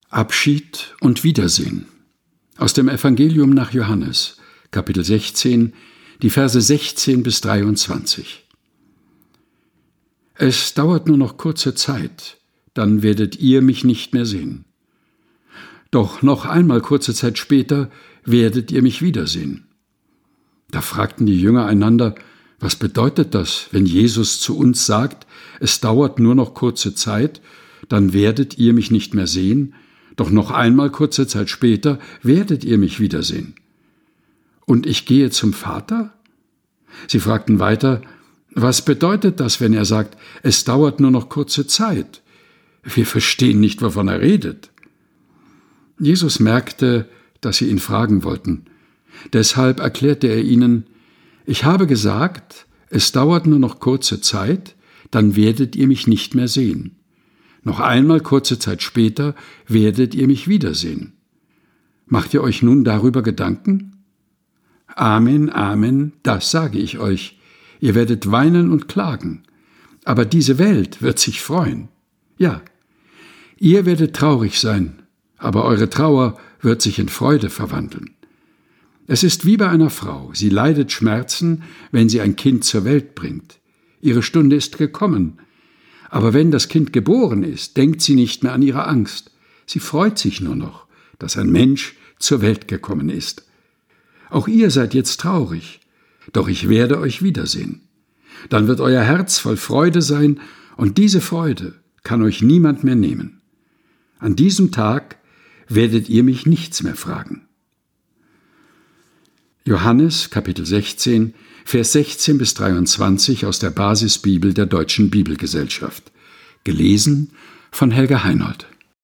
Abschied und Wiedersehen. Aus dem Evangelium nach Johannes, Kapitel 16, die Verse 16 bis 23. Es dauert nur noch kurze Zeit, dann werdet ihr mich nicht mehr sehen. Doch noch einmal kurze Zeit später werdet ihr mich wiedersehen. Da fragten die Jünger einander: Was bedeutet das, wenn Jesus zu uns sagt, es dauert nur noch kurze Zeit, dann werdet ihr mich nicht mehr sehen, doch noch einmal kurze Zeit später werdet ihr mich wiedersehen. Und ich gehe zum Vater? Sie fragten weiter: Was bedeutet das, wenn er sagt, es dauert nur noch kurze Zeit? Wir verstehen nicht, wovon er redet. Jesus merkte, dass sie ihn fragen wollten. Deshalb erklärte er ihnen: Ich habe gesagt, es dauert nur noch kurze Zeit, dann werdet ihr mich nicht mehr sehen. Noch einmal kurze Zeit später werdet ihr mich wiedersehen. Macht ihr euch nun darüber Gedanken? Amen, Amen, das sage ich euch. Ihr werdet weinen und klagen, aber diese Welt wird sich freuen. Ja, ihr werdet traurig sein, aber eure Trauer wird sich in Freude verwandeln. Es ist wie bei einer Frau, sie leidet Schmerzen, wenn sie ein Kind zur Welt bringt. Ihre Stunde ist gekommen. Aber wenn das Kind geboren ist, denkt sie nicht mehr an ihre Angst. Sie freut sich nur noch, dass ein Mensch zur Welt gekommen ist. Auch ihr seid jetzt traurig, doch ich werde euch wiedersehen. Dann wird euer Herz voll Freude sein, und diese Freude kann euch niemand mehr nehmen. An diesem Tag werdet ihr mich nichts mehr fragen. Johannes, Kapitel 16, Vers 16 bis 23 aus der Basisbibel der Deutschen Bibelgesellschaft. Gelesen von Helga Heinold.